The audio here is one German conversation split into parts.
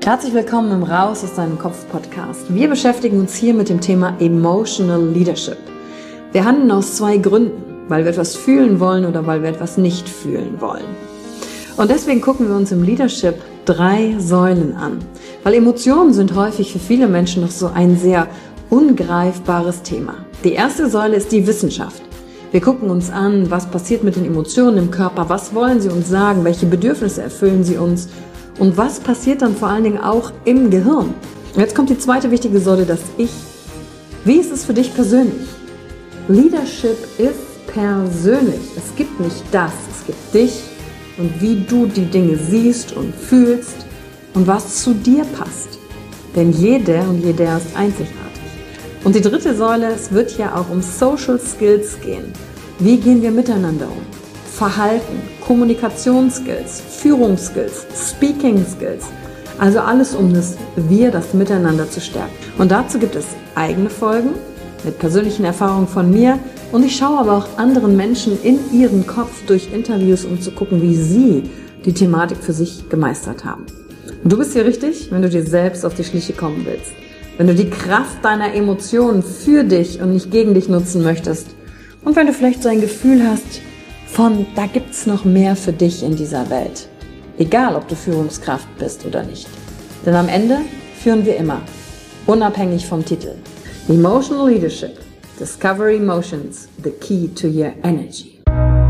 Herzlich willkommen im Raus aus deinem Kopf Podcast. Wir beschäftigen uns hier mit dem Thema Emotional Leadership. Wir handeln aus zwei Gründen, weil wir etwas fühlen wollen oder weil wir etwas nicht fühlen wollen. Und deswegen gucken wir uns im Leadership 3 Säulen an, weil Emotionen sind häufig für viele Menschen noch so ein sehr ungreifbares Thema. Die erste Säule ist die Wissenschaft. Wir gucken uns an, was passiert mit den Emotionen im Körper, was wollen sie uns sagen, welche Bedürfnisse erfüllen sie uns und was passiert dann vor allen Dingen auch im Gehirn. Und jetzt kommt die zweite wichtige Säule, das Ich. Wie ist es für dich persönlich? Leadership ist persönlich. Es gibt nicht das, es gibt dich und wie du die Dinge siehst und fühlst und was zu dir passt. Denn jede und jeder ist einzigartig. Und die dritte Säule, es wird ja auch um Social Skills gehen. Wie gehen wir miteinander um? Verhalten, Kommunikationsskills, Führungsskills, Speaking Skills. Also alles um das Miteinander zu stärken. Und dazu gibt es eigene Folgen mit persönlichen Erfahrungen von mir. Und ich schaue aber auch anderen Menschen in ihren Kopf durch Interviews, um zu gucken, wie sie die Thematik für sich gemeistert haben. Und du bist hier richtig, wenn du dir selbst auf die Schliche kommen willst. Wenn du die Kraft deiner Emotionen für dich und nicht gegen dich nutzen möchtest. Und wenn du vielleicht so ein Gefühl hast, da gibt's noch mehr für dich in dieser Welt. Egal, ob du Führungskraft bist oder nicht. Denn am Ende führen wir immer, unabhängig vom Titel. Emotional Leadership. Discover Emotions, the key to your energy.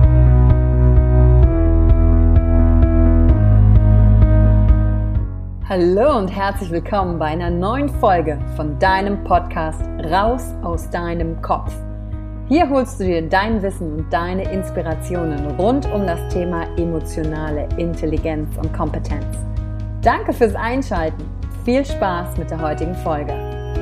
Hallo und herzlich willkommen bei einer neuen Folge von deinem Podcast Raus aus deinem Kopf. Hier holst du dir dein Wissen und deine Inspirationen rund um das Thema emotionale Intelligenz und Kompetenz. Danke fürs Einschalten. Viel Spaß mit der heutigen Folge.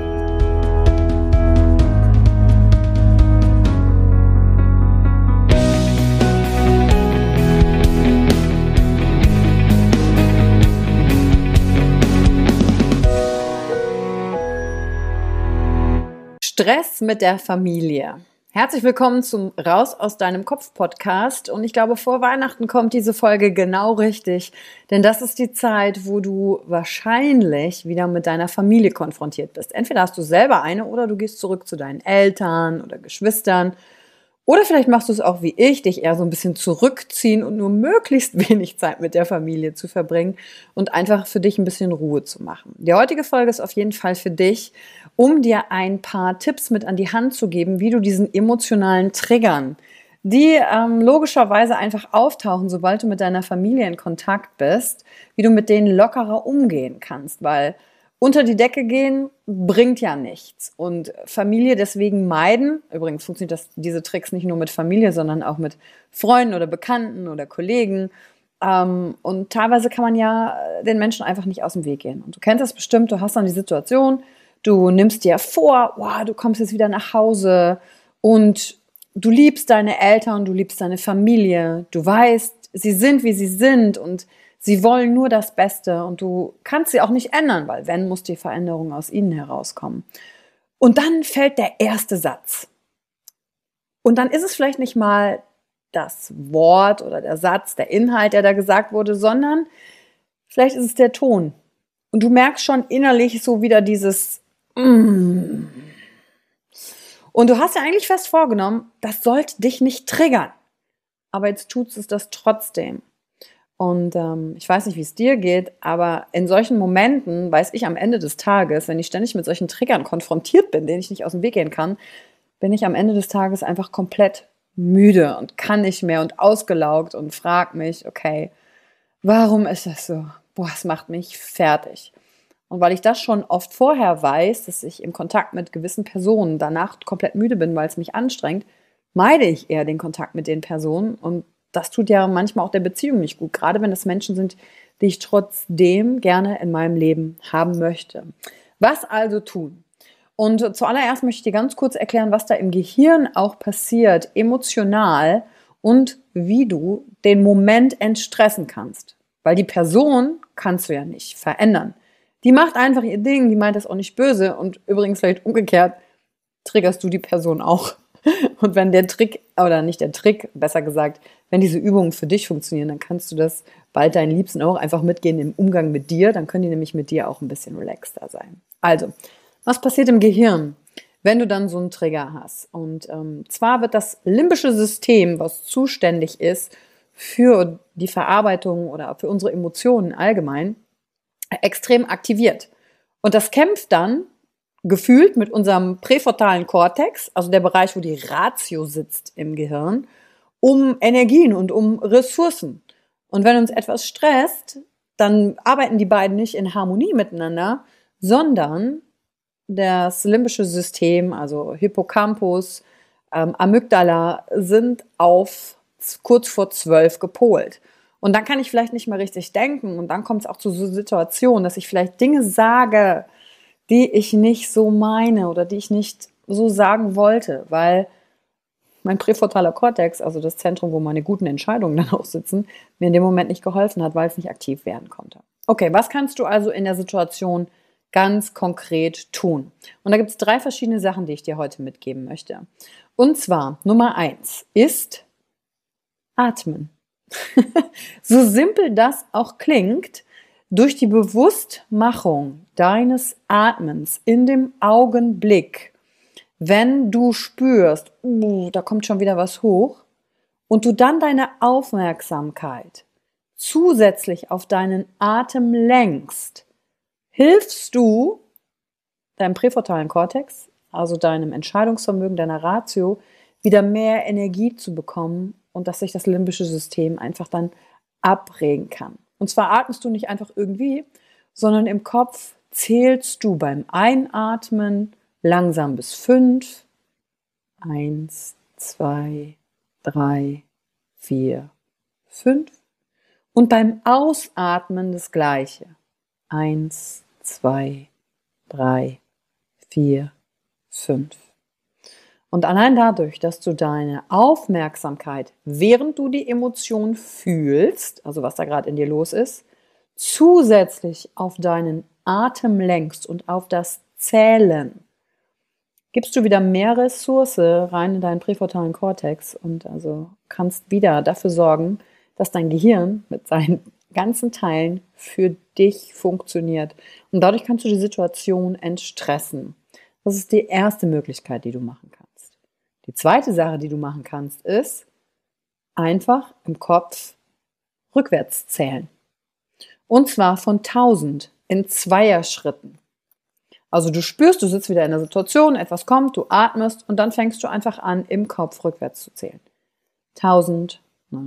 Stress mit der Familie. Herzlich willkommen zum Raus aus deinem Kopf Podcast und ich glaube, vor Weihnachten kommt diese Folge genau richtig, denn das ist die Zeit, wo du wahrscheinlich wieder mit deiner Familie konfrontiert bist. Entweder hast du selber eine oder du gehst zurück zu deinen Eltern oder Geschwistern oder vielleicht machst du es auch wie ich, dich eher so ein bisschen zurückziehen und nur möglichst wenig Zeit mit der Familie zu verbringen und einfach für dich ein bisschen Ruhe zu machen. Die heutige Folge ist auf jeden Fall für dich, um dir ein paar Tipps mit an die Hand zu geben, wie du diesen emotionalen Triggern, die logischerweise einfach auftauchen, sobald du mit deiner Familie in Kontakt bist, wie du mit denen lockerer umgehen kannst, weil unter die Decke gehen bringt ja nichts und Familie deswegen meiden. Übrigens funktioniert diese Tricks nicht nur mit Familie, sondern auch mit Freunden oder Bekannten oder Kollegen. Und teilweise kann man ja den Menschen einfach nicht aus dem Weg gehen. Und du kennst das bestimmt, du hast dann die Situation, du nimmst dir vor, wow, du kommst jetzt wieder nach Hause und du liebst deine Eltern, du liebst deine Familie, du weißt, sie sind, wie sie sind und sie wollen nur das Beste und du kannst sie auch nicht ändern, weil wenn, muss die Veränderung aus ihnen herauskommen. Und dann fällt der erste Satz. Und dann ist es vielleicht nicht mal das Wort oder der Satz, der Inhalt, der da gesagt wurde, sondern vielleicht ist es der Ton. Und du merkst schon innerlich so wieder dieses Und du hast ja eigentlich fest vorgenommen, das sollte dich nicht triggern. Aber jetzt tut es das trotzdem. Und ich weiß nicht, wie es dir geht, aber in solchen Momenten weiß ich am Ende des Tages, wenn ich ständig mit solchen Triggern konfrontiert bin, denen ich nicht aus dem Weg gehen kann, bin ich am Ende des Tages einfach komplett müde und kann nicht mehr und ausgelaugt und frage mich, okay, warum ist das so? Boah, es macht mich fertig. Und weil ich das schon oft vorher weiß, dass ich im Kontakt mit gewissen Personen danach komplett müde bin, weil es mich anstrengt, meide ich eher den Kontakt mit den Personen und das tut ja manchmal auch der Beziehung nicht gut, gerade wenn es Menschen sind, die ich trotzdem gerne in meinem Leben haben möchte. Was also tun? Und zuallererst möchte ich dir ganz kurz erklären, was da im Gehirn auch passiert, emotional und wie du den Moment entstressen kannst. Weil die Person kannst du ja nicht verändern. Die macht einfach ihr Ding, die meint das auch nicht böse und übrigens vielleicht umgekehrt triggerst du die Person auch. Und wenn der Trick, oder nicht der Trick, besser gesagt, wenn diese Übungen für dich funktionieren, dann kannst du das bald deinen Liebsten auch einfach mitgehen im Umgang mit dir. Dann können die nämlich mit dir auch ein bisschen relaxter sein. Also, was passiert im Gehirn, wenn du dann so einen Trigger hast? Und zwar wird das limbische System, was zuständig ist für die Verarbeitung oder für unsere Emotionen allgemein, extrem aktiviert. Und das kämpft dann gefühlt mit unserem präfrontalen Kortex, also der Bereich, wo die Ratio sitzt im Gehirn, um Energien und um Ressourcen. Und wenn uns etwas stresst, dann arbeiten die beiden nicht in Harmonie miteinander, sondern das limbische System, also Hippocampus, Amygdala, sind auf kurz vor 12 gepolt. Und dann kann ich vielleicht nicht mehr richtig denken und dann kommt es auch zu so Situationen, dass ich vielleicht Dinge sage, die ich nicht so meine oder die ich nicht so sagen wollte, weil mein präfrontaler Kortex, also das Zentrum, wo meine guten Entscheidungen dann auch sitzen, mir in dem Moment nicht geholfen hat, weil es nicht aktiv werden konnte. Okay, was kannst du also in der Situation ganz konkret tun? Und da gibt es 3 verschiedene Sachen, die ich dir heute mitgeben möchte. Und zwar, Nummer 1 ist Atmen. So simpel das auch klingt, durch die Bewusstmachung deines Atmens in dem Augenblick, wenn du spürst, da kommt schon wieder was hoch, und du dann deine Aufmerksamkeit zusätzlich auf deinen Atem lenkst, hilfst du deinem präfrontalen Kortex, also deinem Entscheidungsvermögen, deiner Ratio, wieder mehr Energie zu bekommen und dass sich das limbische System einfach dann abregen kann. Und zwar atmest du nicht einfach irgendwie, sondern im Kopf zählst du beim Einatmen langsam bis 5. 1, 2, 3, 4, 5. Und beim Ausatmen das Gleiche. 1, 2, 3, 4, 5. Und allein dadurch, dass du deine Aufmerksamkeit, während du die Emotion fühlst, also was da gerade in dir los ist, zusätzlich auf deinen Atem lenkst und auf das Zählen, gibst du wieder mehr Ressource rein in deinen präfrontalen Kortex und also kannst wieder dafür sorgen, dass dein Gehirn mit seinen ganzen Teilen für dich funktioniert. Und dadurch kannst du die Situation entstressen. Das ist die erste Möglichkeit, die du machen kannst. Die zweite Sache, die du machen kannst, ist einfach im Kopf rückwärts zählen. Und zwar von 1000 in Zweierschritten. Also du spürst, du sitzt wieder in der Situation, etwas kommt, du atmest und dann fängst du einfach an, im Kopf rückwärts zu zählen. 1000,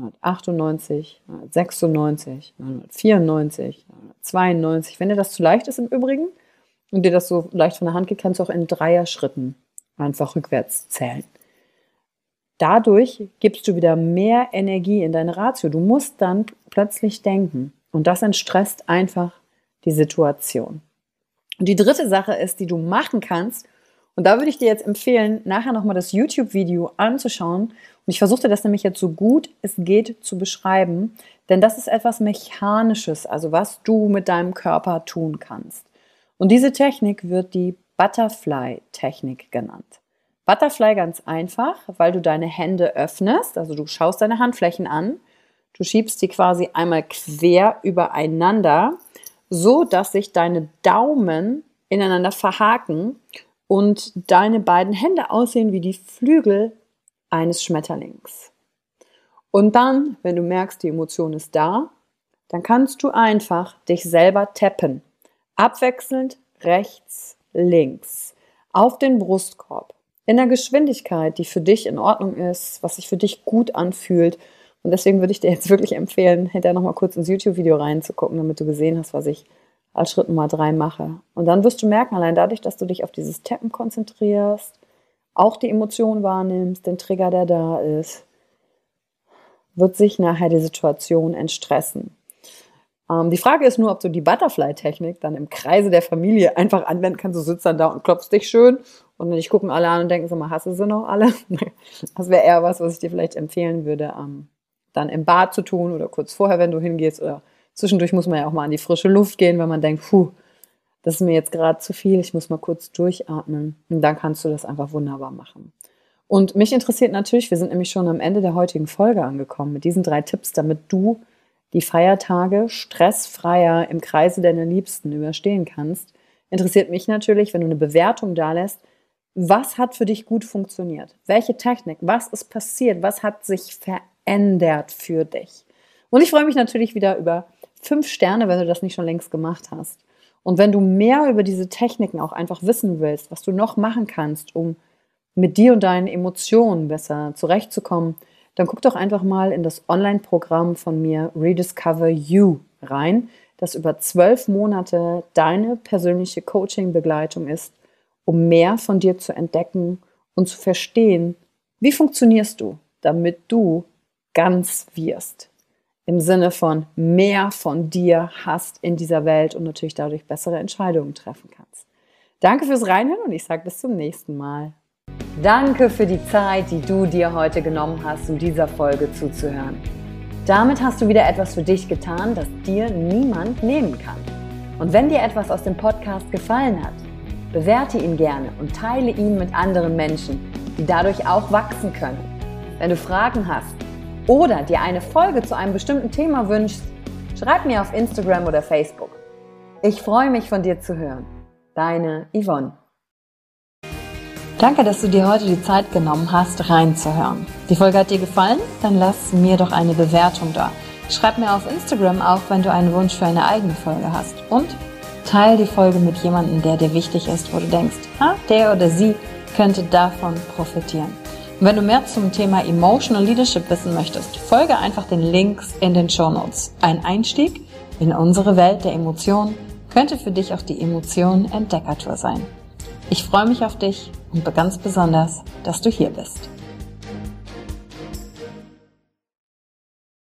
998, 996, 994, 992. Wenn dir das zu leicht ist im Übrigen und dir das so leicht von der Hand geht, kannst du auch in Dreierschritten einfach rückwärts zählen. Dadurch gibst du wieder mehr Energie in deine Ratio. Du musst dann plötzlich denken und das entstresst einfach die Situation. Und die dritte Sache ist, die du machen kannst, und da würde ich dir jetzt empfehlen, nachher nochmal das YouTube-Video anzuschauen. Und ich versuche das nämlich jetzt so gut es geht zu beschreiben, denn das ist etwas Mechanisches, also was du mit deinem Körper tun kannst. Und diese Technik wird die Butterfly-Technik genannt. Butterfly ganz einfach, weil du deine Hände öffnest, also du schaust deine Handflächen an, du schiebst die quasi einmal quer übereinander, so dass sich deine Daumen ineinander verhaken und deine beiden Hände aussehen wie die Flügel eines Schmetterlings. Und dann, wenn du merkst, die Emotion ist da, dann kannst du einfach dich selber tappen. Abwechselnd rechts, links, auf den Brustkorb. In der Geschwindigkeit, die für dich in Ordnung ist, was sich für dich gut anfühlt. Und deswegen würde ich dir jetzt wirklich empfehlen, hinterher nochmal kurz ins YouTube-Video reinzugucken, damit du gesehen hast, was ich als Schritt Nummer 3 mache. Und dann wirst du merken, allein dadurch, dass du dich auf dieses Tappen konzentrierst, auch die Emotion wahrnimmst, den Trigger, der da ist, wird sich nachher die Situation entstressen. Die Frage ist nur, ob du die Butterfly-Technik dann im Kreise der Familie einfach anwenden kannst. Du sitzt dann da und klopfst dich schön und dich gucken alle an und denken, sag mal, hast du sie noch alle? Das wäre eher was ich dir vielleicht empfehlen würde, dann im Bad zu tun oder kurz vorher, wenn du hingehst. Oder zwischendurch muss man ja auch mal an die frische Luft gehen, wenn man denkt, das ist mir jetzt gerade zu viel, ich muss mal kurz durchatmen. Und dann kannst du das einfach wunderbar machen. Und mich interessiert natürlich, wir sind nämlich schon am Ende der heutigen Folge angekommen, mit diesen 3 Tipps, damit du die Feiertage stressfreier im Kreise deiner Liebsten überstehen kannst. Interessiert mich natürlich, wenn du eine Bewertung dalässt, was hat für dich gut funktioniert? Welche Technik? Was ist passiert? Was hat sich verändert für dich? Und ich freue mich natürlich wieder über 5 Sterne, wenn du das nicht schon längst gemacht hast. Und wenn du mehr über diese Techniken auch einfach wissen willst, was du noch machen kannst, um mit dir und deinen Emotionen besser zurechtzukommen, dann guck doch einfach mal in das Online-Programm von mir Rediscover You rein, das über 12 Monate deine persönliche Coaching-Begleitung ist, um mehr von dir zu entdecken und zu verstehen, wie funktionierst du, damit du ganz wirst. Im Sinne von mehr von dir hast in dieser Welt und natürlich dadurch bessere Entscheidungen treffen kannst. Danke fürs Reinhören und ich sage bis zum nächsten Mal. Danke für die Zeit, die du dir heute genommen hast, um dieser Folge zuzuhören. Damit hast du wieder etwas für dich getan, das dir niemand nehmen kann. Und wenn dir etwas aus dem Podcast gefallen hat, bewerte ihn gerne und teile ihn mit anderen Menschen, die dadurch auch wachsen können. Wenn du Fragen hast oder dir eine Folge zu einem bestimmten Thema wünschst, schreib mir auf Instagram oder Facebook. Ich freue mich, von dir zu hören. Deine Yvonne. Danke, dass du dir heute die Zeit genommen hast, reinzuhören. Die Folge hat dir gefallen? Dann lass mir doch eine Bewertung da. Schreib mir auf Instagram auch, wenn du einen Wunsch für eine eigene Folge hast. Und teile die Folge mit jemandem, der dir wichtig ist, wo du denkst, der oder sie könnte davon profitieren. Und wenn du mehr zum Thema Emotional Leadership wissen möchtest, folge einfach den Links in den Shownotes. Ein Einstieg in unsere Welt der Emotionen könnte für dich auch die Emotionen-Entdeckertour sein. Ich freue mich auf dich und ganz besonders, dass du hier bist.